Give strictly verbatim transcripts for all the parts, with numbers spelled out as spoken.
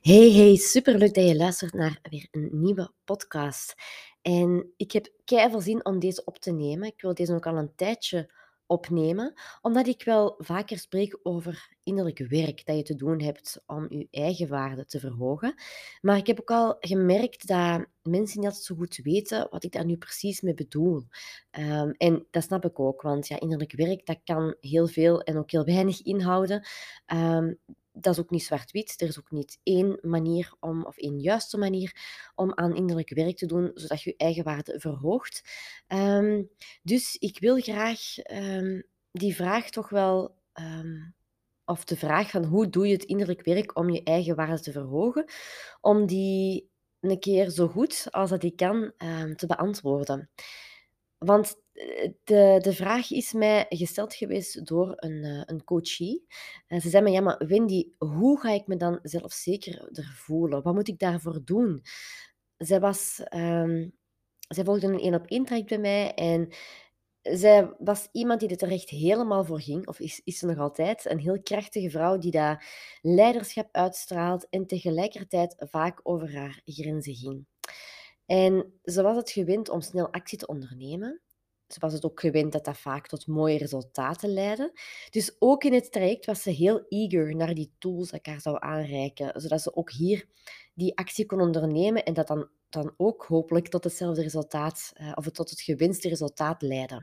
Hey, hey, superleuk dat je luistert naar weer een nieuwe podcast. En ik heb keiveel zin om deze op te nemen. Ik wil deze ook al een tijdje opnemen, omdat ik wel vaker spreek over innerlijk werk dat je te doen hebt om je eigen waarde te verhogen. Maar ik heb ook al gemerkt dat mensen niet altijd zo goed weten wat ik daar nu precies mee bedoel. Ehm, en dat snap ik ook, want ja, innerlijk werk dat kan heel veel en ook heel weinig inhouden. Ehm, dat is ook niet zwart-wit. Er is ook niet één manier om, of één juiste manier om aan innerlijk werk te doen, zodat je je eigen waarde verhoogt. Ehm, dus ik wil graag ehm, die vraag toch wel, ehm, of de vraag van hoe doe je het innerlijk werk om je eigen waarde te verhogen, om die een keer zo goed als dat ik kan ehm, te beantwoorden. Want eh, de, de vraag is mij gesteld geweest door een, eh, een coachie. En ze zei me, ja, maar Wendy, hoe ga ik me dan zelfzekerder voelen? Wat moet ik daarvoor doen? Zij was, ehm, zij volgde een één-op-één traject bij mij en zij was iemand die er echt helemaal voor ging, of is, is ze nog altijd, een heel krachtige vrouw die daar leiderschap uitstraalt en tegelijkertijd vaak over haar grenzen ging. En ze was het gewend om snel actie te ondernemen. Ze was het ook gewend dat dat vaak tot mooie resultaten leidde. Dus ook in het traject was ze heel eager naar die tools dat ik haar zou aanreiken, zodat ze ook hier die actie kon ondernemen en dat dan, dan ook hopelijk tot hetzelfde resultaat, uh, of tot het gewenste resultaat leidde.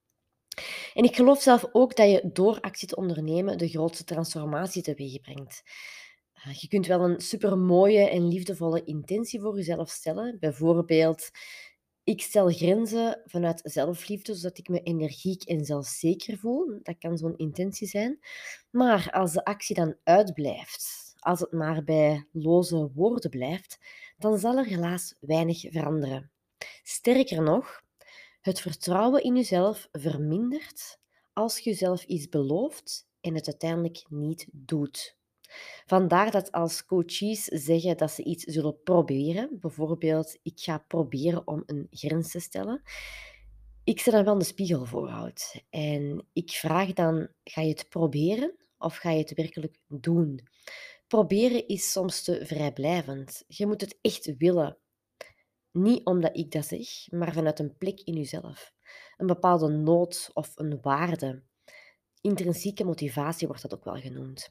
En ik geloof zelf ook dat je door actie te ondernemen de grootste transformatie teweeg brengt. Uh, Je kunt wel een supermooie en liefdevolle intentie voor jezelf stellen. Bijvoorbeeld, ik stel grenzen vanuit zelfliefde, zodat ik me energiek en zelfzeker voel. Dat kan zo'n intentie zijn. Maar als de actie dan uitblijft, als het maar bij loze woorden blijft, dan zal er helaas weinig veranderen. Sterker nog, het vertrouwen in jezelf vermindert als je jezelf iets belooft en het uiteindelijk niet doet. Vandaar dat als coaches zeggen dat ze iets zullen proberen, bijvoorbeeld ik ga proberen om een grens te stellen, ik ze dan wel de spiegel voorhoud. En ik vraag dan, ga je het proberen of ga je het werkelijk doen? Proberen is soms te vrijblijvend. Je moet het echt willen. Niet omdat ik dat zeg, maar vanuit een plek in jezelf. Een bepaalde nood of een waarde. Intrinsieke motivatie wordt dat ook wel genoemd.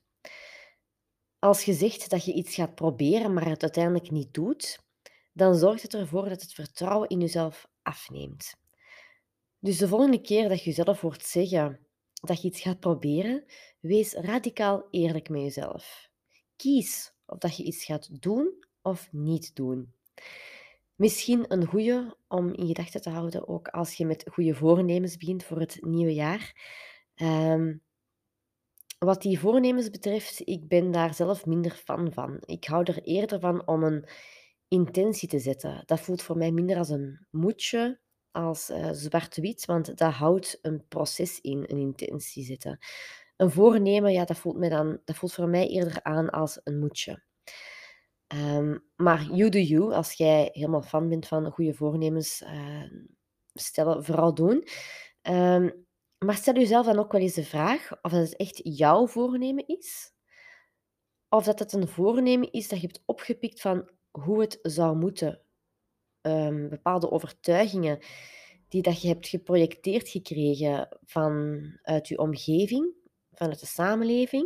Als je zegt dat je iets gaat proberen, maar het uiteindelijk niet doet, dan zorgt het ervoor dat het vertrouwen in jezelf afneemt. Dus de volgende keer dat je jezelf hoort zeggen dat je iets gaat proberen, wees radicaal eerlijk met jezelf. Kies of dat je iets gaat doen of niet doen. Misschien een goeie om in gedachten te houden, ook als je met goede voornemens begint voor het nieuwe jaar. Ehm, wat die voornemens betreft, ik ben daar zelf minder fan van. Ik hou er eerder van om een intentie te zetten. Dat voelt voor mij minder als een moetje, als eh, zwart-wit, want dat houdt een proces in, een intentie zetten. Een voornemen, ja, dat voelt, mij dan, dat voelt voor mij eerder aan als een moetje. Ehm, maar you do you, als jij helemaal fan bent van goede voornemens eh, stellen, vooral doen. Ehm, maar stel jezelf dan ook wel eens de vraag of dat het echt jouw voornemen is, of dat het een voornemen is dat je hebt opgepikt van hoe het zou moeten. Ehm, bepaalde overtuigingen die dat je hebt geprojecteerd gekregen vanuit je omgeving, vanuit de samenleving.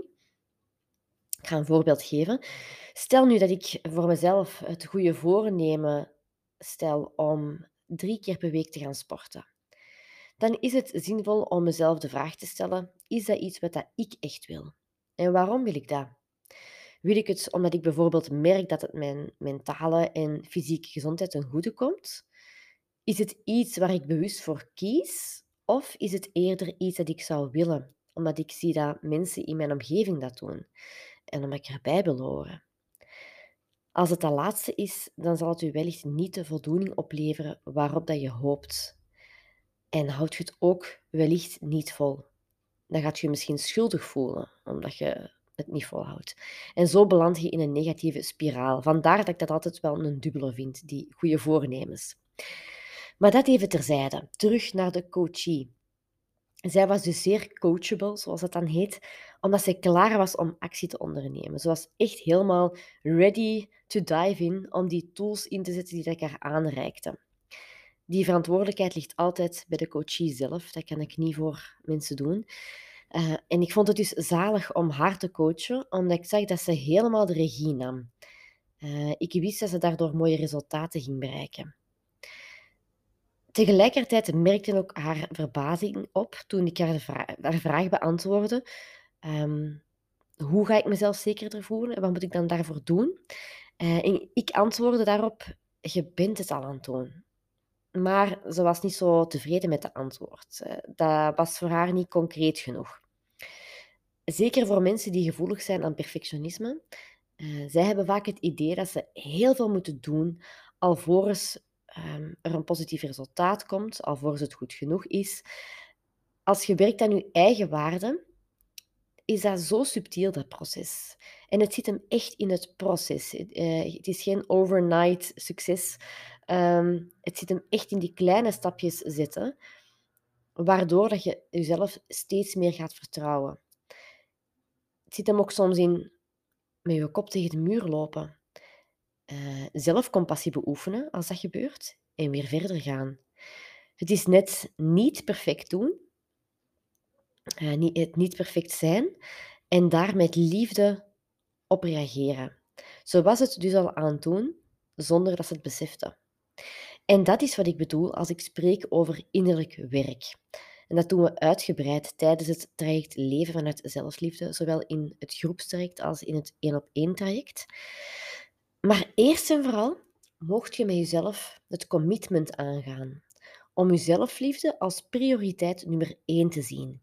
Ik ga een voorbeeld geven. Stel nu dat ik voor mezelf het goede voornemen stel om drie keer per week te gaan sporten. Dan is het zinvol om mezelf de vraag te stellen, is dat iets wat dat ik echt wil? En waarom wil ik dat? Wil ik het omdat ik bijvoorbeeld merk dat het mijn mentale en fysieke gezondheid ten goede komt? Is het iets waar ik bewust voor kies? Of is het eerder iets dat ik zou willen, omdat ik zie dat mensen in mijn omgeving dat doen en omdat ik erbij wil horen? Als het dat laatste is, dan zal het u wellicht niet de voldoening opleveren waarop dat je hoopt. En houd je het ook wellicht niet vol. Dan gaat je je misschien schuldig voelen, omdat je het niet volhoudt. En zo beland je in een negatieve spiraal. Vandaar dat ik dat altijd wel een dubbele vind, die goede voornemens. Maar dat even terzijde. Terug naar de coachie. Zij was dus zeer coachable, zoals dat dan heet, omdat zij klaar was om actie te ondernemen. Ze was echt helemaal ready to dive in om die tools in te zetten die ik haar aanreikte. Die verantwoordelijkheid ligt altijd bij de coachie zelf. Dat kan ik niet voor mensen doen. Uh, en ik vond het dus zalig om haar te coachen, omdat ik zag dat ze helemaal de regie nam. Uh, ik wist dat ze daardoor mooie resultaten ging bereiken. Tegelijkertijd merkte ook haar verbazing op toen ik haar, de vra- haar vraag beantwoordde. Um, hoe ga ik mezelf zekerder voelen en wat moet ik dan daarvoor doen? Uh, en ik antwoordde daarop, je bent het al aan het doen. Maar ze was niet zo tevreden met de antwoord. Uh, dat was voor haar niet concreet genoeg. Zeker voor mensen die gevoelig zijn aan perfectionisme. Uh, zij hebben vaak het idee dat ze heel veel moeten doen alvorens um, er een positief resultaat komt, alvorens het goed genoeg is. Als je werkt aan je eigen waarden, is dat zo subtiel, dat proces. En het zit hem echt in het proces. Uh, het is geen overnight succes. Um, het zit hem echt in die kleine stapjes zetten, waardoor dat je jezelf steeds meer gaat vertrouwen. Het zit hem ook soms in met je kop tegen de muur lopen. Uh, zelfcompassie beoefenen als dat gebeurt en weer verder gaan. Het is net niet perfect doen, uh, niet, het niet perfect zijn en daar met liefde op reageren. Zo was het dus al aan het doen, zonder dat ze het besefte. En dat is wat ik bedoel als ik spreek over innerlijk werk. En dat doen we uitgebreid tijdens het traject Leven vanuit Zelfliefde, zowel in het groepstraject als in het één-op-één traject. Maar eerst en vooral mocht je met jezelf het commitment aangaan om je zelfliefde als prioriteit nummer één te zien.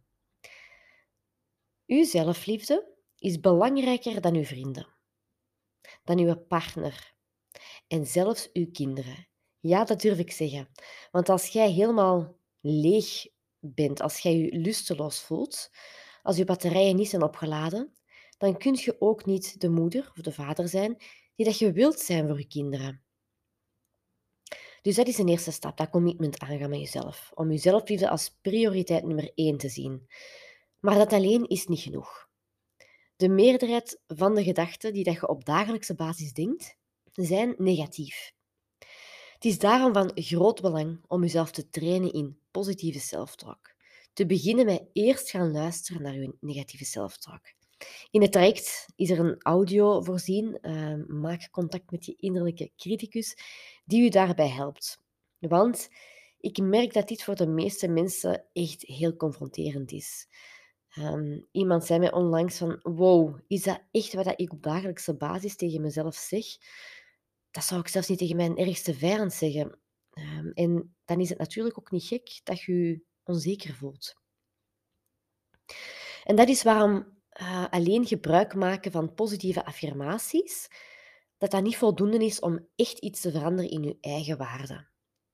Uw zelfliefde is belangrijker dan uw vrienden, dan uw partner en zelfs uw kinderen. Ja, dat durf ik zeggen. Want als jij helemaal leeg bent, als jij je lusteloos voelt, als je batterijen niet zijn opgeladen, dan kun je ook niet de moeder of de vader zijn die dat je wilt zijn voor je kinderen. Dus dat is een eerste stap, dat commitment aangaan met jezelf. Om je zelfliefde als prioriteit nummer één te zien. Maar dat alleen is niet genoeg. De meerderheid van de gedachten die dat je op dagelijkse basis denkt, zijn negatief. Het is daarom van groot belang om jezelf te trainen in positieve self-talk. Te beginnen met eerst gaan luisteren naar je negatieve self-talk. In het traject is er een audio voorzien. Uh, maak contact met je innerlijke criticus die u daarbij helpt. Want ik merk dat dit voor de meeste mensen echt heel confronterend is. Um, iemand zei mij onlangs van, wow, is dat echt wat ik op dagelijkse basis tegen mezelf zeg? Dat zou ik zelfs niet tegen mijn ergste vijand zeggen. Um, en dan is het natuurlijk ook niet gek dat je je onzeker voelt. En dat is waarom uh, alleen gebruik maken van positieve affirmaties, dat dat niet voldoende is om echt iets te veranderen in je eigen waarde.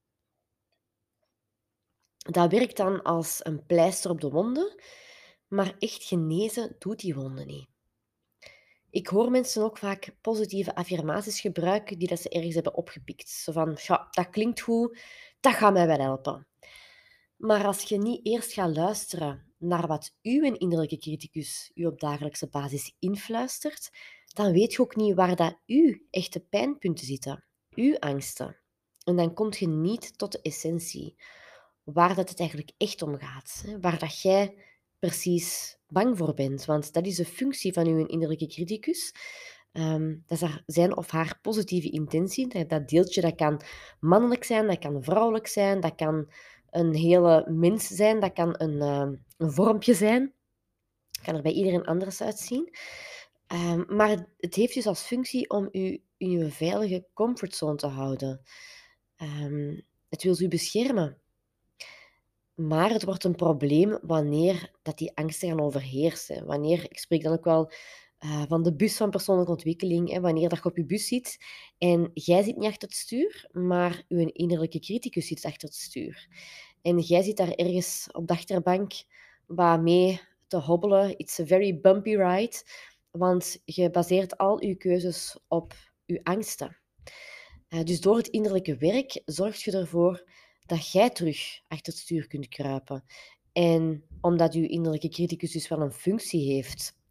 Dat werkt dan als een pleister op de wonden, maar echt genezen doet die wonden niet. Ik hoor mensen ook vaak positieve affirmaties gebruiken die dat ze ergens hebben opgepikt. Zo van, ja, dat klinkt goed, dat gaat mij wel helpen. Maar als je niet eerst gaat luisteren naar wat uw innerlijke criticus u op dagelijkse basis influistert, dan weet je ook niet waar dat uw echte pijnpunten zitten, uw angsten. En dan kom je niet tot de essentie, waar dat het eigenlijk echt om gaat, waar dat jij precies bang voor bent. Want dat is de functie van uw innerlijke criticus. Um, dat is zijn of haar positieve intentie. Dat, dat deeltje dat kan mannelijk zijn, dat kan vrouwelijk zijn, dat kan een hele mens zijn, dat kan een, uh, een vormpje zijn. Dat kan er bij iedereen anders uitzien. Um, maar het heeft dus als functie om u in uw veilige comfortzone te houden. Um, het wil u beschermen. Maar het wordt een probleem wanneer dat die angsten gaan overheersen. Wanneer, ik spreek dan ook wel uh, van de bus van persoonlijke ontwikkeling, hè, wanneer dat je op je bus zit en jij zit niet achter het stuur, maar je innerlijke criticus zit achter het stuur. En jij zit daar ergens op de achterbank wat mee te hobbelen. It's a very bumpy ride, want je baseert al je keuzes op je angsten. Uh, dus door het innerlijke werk zorg je ervoor dat jij terug achter het stuur kunt kruipen. En omdat je innerlijke criticus dus wel een functie heeft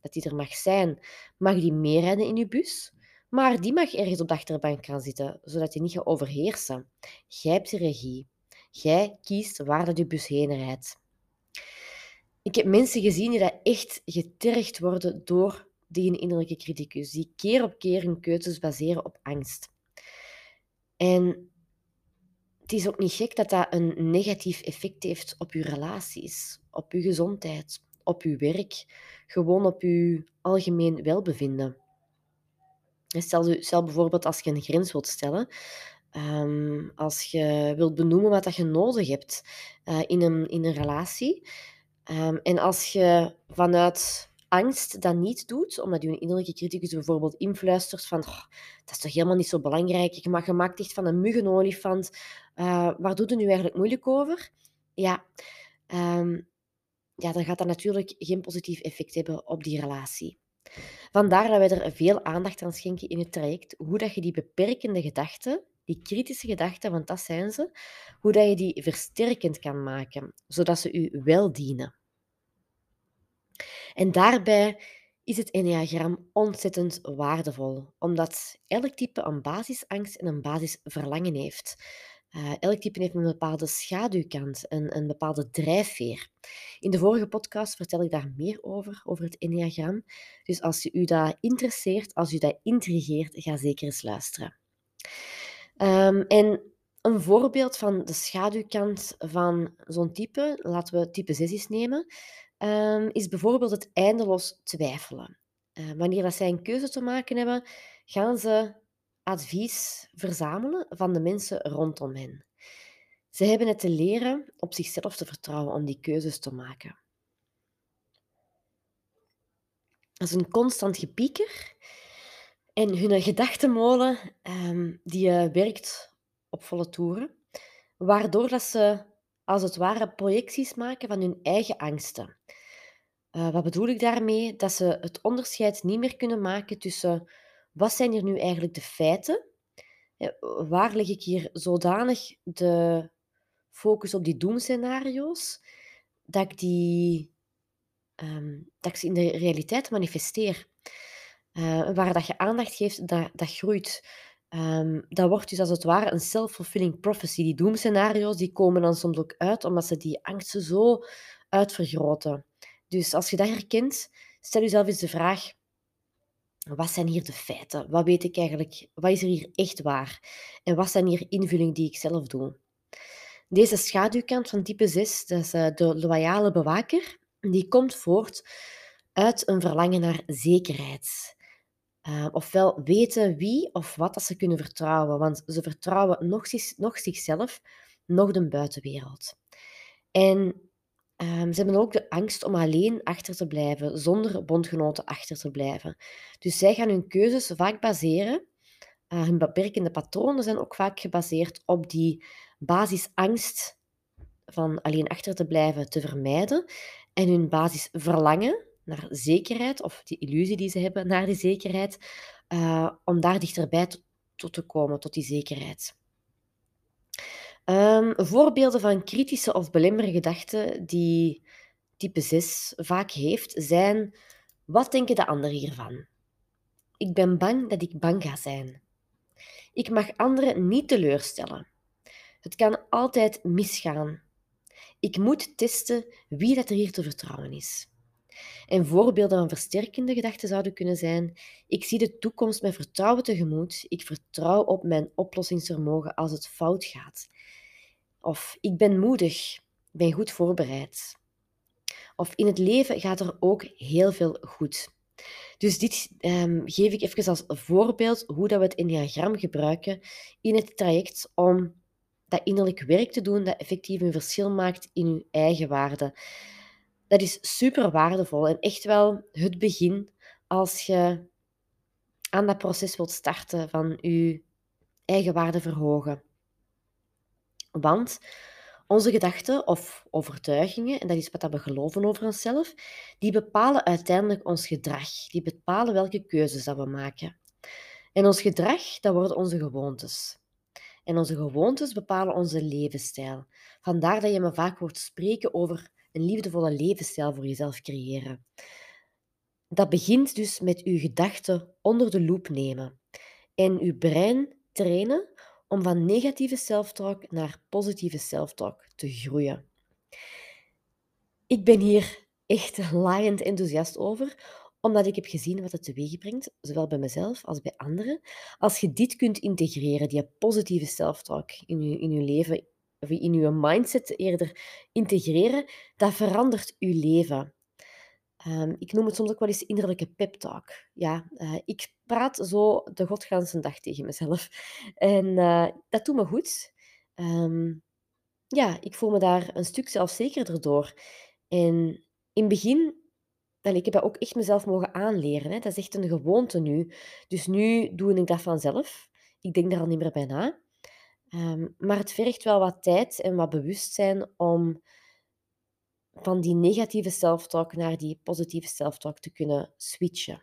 dat die er mag zijn, mag die meerijden in je bus, maar die mag ergens op de achterbank gaan zitten, zodat je niet gaat overheersen. Jij hebt de regie. Jij kiest waar dat je bus heen rijdt. Ik heb mensen gezien die dat echt getergd worden door die innerlijke criticus, die keer op keer hun keuzes baseren op angst. En het is ook niet gek dat dat een negatief effect heeft op je relaties, op je gezondheid, op je werk, gewoon op je algemeen welbevinden. En Stel, je- stel bijvoorbeeld als je een grens wilt stellen, ehm, als je wilt benoemen wat dat je nodig hebt eh, in, een, in een relatie. Ehm, en als je vanuit angst dat niet doet, omdat je een innerlijke criticus bijvoorbeeld influistert van "Oh, dat is toch helemaal niet zo belangrijk, je ma- je maakt echt van een mug een olifant, eh, waar doet het nu eigenlijk moeilijk over?" Ja, ehm, ja, dan gaat dat natuurlijk geen positief effect hebben op die relatie. Vandaar dat wij er veel aandacht aan schenken in het traject, hoe dat je die beperkende gedachten, die kritische gedachten, want dat zijn ze, hoe dat je die versterkend kan maken, zodat ze u wel dienen. En daarbij is het enneagram ontzettend waardevol, omdat elk type een basisangst en een basisverlangen heeft. Eh, elk type heeft een bepaalde schaduwkant, een, een bepaalde drijfveer. In de vorige podcast vertel ik daar meer over, over het enneagram. Dus als je u dat interesseert, als u dat intrigeert, ga zeker eens luisteren. Ehm, en een voorbeeld van de schaduwkant van zo'n type, laten we type zes eens nemen, ehm, is bijvoorbeeld het eindeloos twijfelen. Eh, wanneer dat zij een keuze te maken hebben, gaan ze advies verzamelen van de mensen rondom hen. Ze hebben het te leren op zichzelf te vertrouwen om die keuzes te maken. Dat is een constant gepieker. En hun gedachtenmolen ehm, die eh, werkt op volle toeren, waardoor dat ze als het ware projecties maken van hun eigen angsten. Eh, wat bedoel ik daarmee? Dat ze het onderscheid niet meer kunnen maken tussen wat zijn hier nu eigenlijk de feiten? Eh, Waar leg ik hier zodanig de focus op die doemscenario's dat ik, die, ehm, dat ik ze in de realiteit manifesteer? Eh, waar dat je aandacht geeft, dat, dat groeit. Ehm, dat wordt dus als het ware een self-fulfilling prophecy. Die doemscenario's die komen dan soms ook uit, omdat ze die angsten zo uitvergroten. Dus als je dat herkent, stel jezelf eens de vraag: wat zijn hier de feiten? Wat weet ik eigenlijk? Wat is er hier echt waar? En wat zijn hier invullingen die ik zelf doe? Deze schaduwkant van type zes, dat is eh, de loyale bewaker, die komt voort uit een verlangen naar zekerheid. Uh, ofwel weten wie of wat dat ze kunnen vertrouwen, want ze vertrouwen nog, zich, nog zichzelf, nog de buitenwereld. En um, ze hebben ook de angst om alleen achter te blijven, zonder bondgenoten achter te blijven. Dus zij gaan hun keuzes vaak baseren, uh, hun beperkende patronen zijn ook vaak gebaseerd op die basisangst van alleen achter te blijven te vermijden en hun basisverlangen naar zekerheid, of die illusie die ze hebben naar die zekerheid, uh, om daar dichterbij tot, tot te komen, tot die zekerheid. Um, voorbeelden van kritische of belemmerende gedachten die type zes vaak heeft, zijn: wat denken de anderen hiervan? Ik ben bang dat ik bang ga zijn. Ik mag anderen niet teleurstellen. Het kan altijd misgaan. Ik moet testen wie dat er hier te vertrouwen is. En voorbeelden van versterkende gedachten zouden kunnen zijn: ik zie de toekomst met vertrouwen tegemoet. Ik vertrouw op mijn oplossingsvermogen als het fout gaat. Of ik ben moedig, ben goed voorbereid. Of in het leven gaat er ook heel veel goed. Dus dit um, geef ik even als voorbeeld hoe dat we het enneagram gebruiken in het traject om dat innerlijk werk te doen dat effectief een verschil maakt in je eigen waarde. Dat is super waardevol en echt wel het begin als je aan dat proces wilt starten van je eigen waarde verhogen. Want onze gedachten of overtuigingen, en dat is wat we geloven over onszelf, die bepalen uiteindelijk ons gedrag. Die bepalen welke keuzes dat we maken. En ons gedrag, dat worden onze gewoontes. En onze gewoontes bepalen onze levensstijl. Vandaar dat je me vaak hoort spreken over een liefdevolle levensstijl voor jezelf creëren. Dat begint dus met uw gedachten onder de loep nemen en uw brein trainen om van negatieve self-talk naar positieve self-talk te groeien. Ik ben hier echt laaiend enthousiast over, omdat ik heb gezien wat het teweeg brengt, zowel bij mezelf als bij anderen. Als je dit kunt integreren, die positieve self-talk in je, in je leven, of in je mindset eerder integreren, dat verandert je leven. Ehm, ik noem het soms ook wel eens innerlijke pep-talk. Ja, eh, ik praat zo de godganse dag tegen mezelf. En eh, dat doet me goed. Ehm, ja, ik voel me daar een stuk zelfzekerder door. En in het begin, wel, ik heb dat ook echt mezelf mogen aanleren. Hè. Dat is echt een gewoonte nu. Dus nu doe ik dat vanzelf. Ik denk daar al niet meer bij na. Ehm, maar het vergt wel wat tijd en wat bewustzijn om van die negatieve self-talk naar die positieve self-talk te kunnen switchen.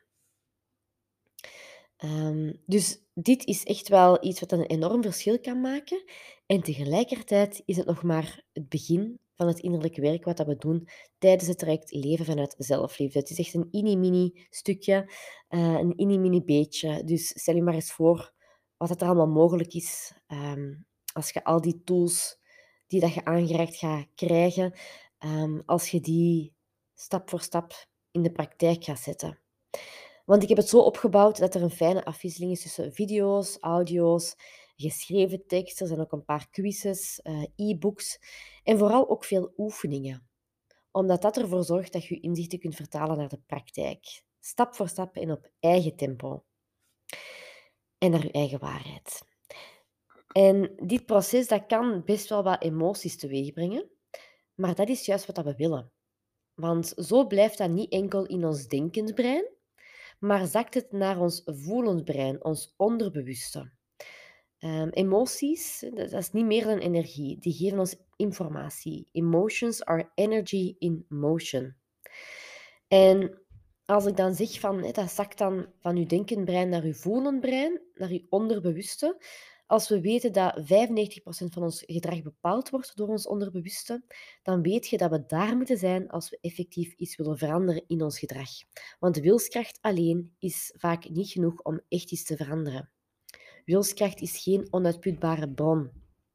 Ehm, dus dit is echt wel iets wat een enorm verschil kan maken. En tegelijkertijd is het nog maar het begin van het innerlijke werk wat dat we doen tijdens het traject Leven vanuit Zelfliefde. Het is echt een mini-mini stukje, eh, een mini-mini beetje. Dus stel je maar eens voor wat dat er allemaal mogelijk is ehm, als je al die tools die dat je aangereikt gaat krijgen, ehm, als je die stap voor stap in de praktijk gaat zetten. Want ik heb het zo opgebouwd dat er een fijne afwisseling is tussen video's, audio's, geschreven tekst. Er zijn ook een paar quizzes, eh, e-books en vooral ook veel oefeningen. Omdat dat ervoor zorgt dat je je inzichten kunt vertalen naar de praktijk. Stap voor stap en op eigen tempo. En naar je eigen waarheid. En dit proces dat kan best wel wat emoties teweegbrengen. Maar dat is juist wat dat we willen. Want zo blijft dat niet enkel in ons denkend brein, maar zakt het naar ons voelend brein, ons onderbewuste. Ehm, emoties, dat dat is niet meer dan energie. Die geven ons informatie. Emotions are energy in motion. En als ik dan zeg van, hè, dat zakt dan van je denkend brein naar je voelend brein, naar je onderbewuste. Als we weten dat vijfennegentig procent van ons gedrag bepaald wordt door ons onderbewuste, dan weet je dat we daar moeten zijn als we effectief iets willen veranderen in ons gedrag. Want wilskracht alleen is vaak niet genoeg om echt iets te veranderen. Wilskracht is geen onuitputbare bron.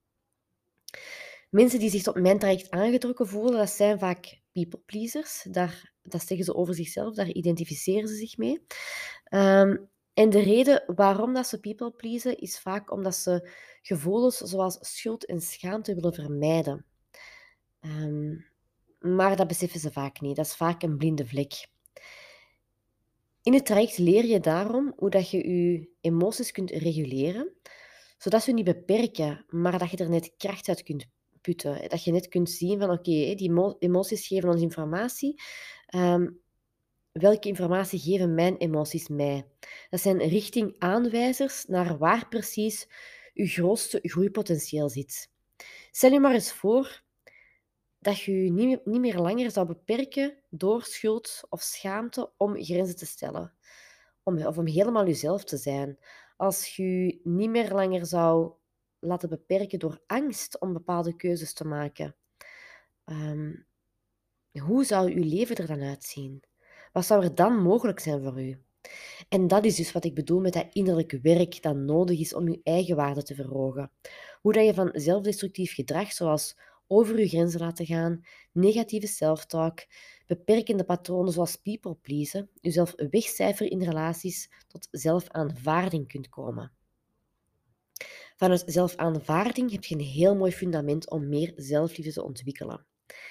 Mensen die zich tot mijn traject aangetrokken voelen, dat zijn vaak people pleasers. Daar, dat zeggen ze over zichzelf, daar identificeren ze zich mee. Um, en de reden waarom dat ze people pleasen, is vaak omdat ze gevoelens zoals schuld en schaamte willen vermijden. Um, maar dat beseffen ze vaak niet. Dat is vaak een blinde vlek. In het traject leer je daarom hoe dat je je emoties kunt reguleren, zodat ze je niet beperken, maar dat je er net kracht uit kunt putten. Dat je net kunt zien van oké, okay, die emo- emoties geven ons informatie. Um, welke informatie geven mijn emoties mij? Dat zijn richtingaanwijzers naar waar precies je grootste groeipotentieel zit. Stel je maar eens voor dat je je niet meer, niet meer langer zou beperken door schuld of schaamte om grenzen te stellen. Om, of om helemaal jezelf te zijn. Als je je niet meer langer zou laten beperken door angst om bepaalde keuzes te maken. Um, hoe zou uw leven er dan uitzien? Wat zou er dan mogelijk zijn voor u? En dat is dus wat ik bedoel met dat innerlijke werk dat nodig is om je eigen waarde te verhogen. Hoe dat je van zelfdestructief gedrag, zoals over je grenzen laten gaan, negatieve self-talk, beperkende patronen zoals people pleasen, jezelf wegcijferen in relaties, tot zelfaanvaarding kunt komen. Vanuit zelfaanvaarding heb je een heel mooi fundament om meer zelfliefde te ontwikkelen.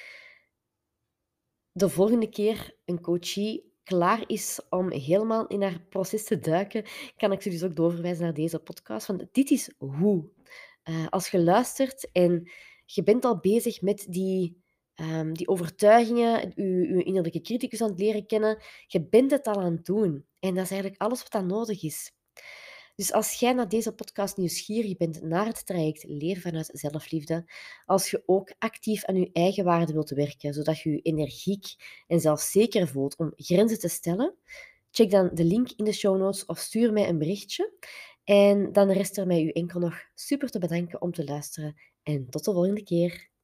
De volgende keer een coachie klaar is om helemaal in haar proces te duiken, kan ik ze dus ook doorverwijzen naar deze podcast. Want dit is hoe. Uh, als je luistert en je bent al bezig met die, um, die overtuigingen, je, je innerlijke criticus aan het leren kennen, je bent het al aan het doen. En dat is eigenlijk alles wat dan nodig is. Dus als jij na deze podcast nieuwsgierig bent naar het traject Leven vanuit Zelfliefde, als je ook actief aan je eigen waarde wilt werken, zodat je je energiek en zelfzeker voelt om grenzen te stellen, check dan de link in de show notes of stuur mij een berichtje. En dan rest er mij u enkel nog super te bedanken om te luisteren. En tot de volgende keer.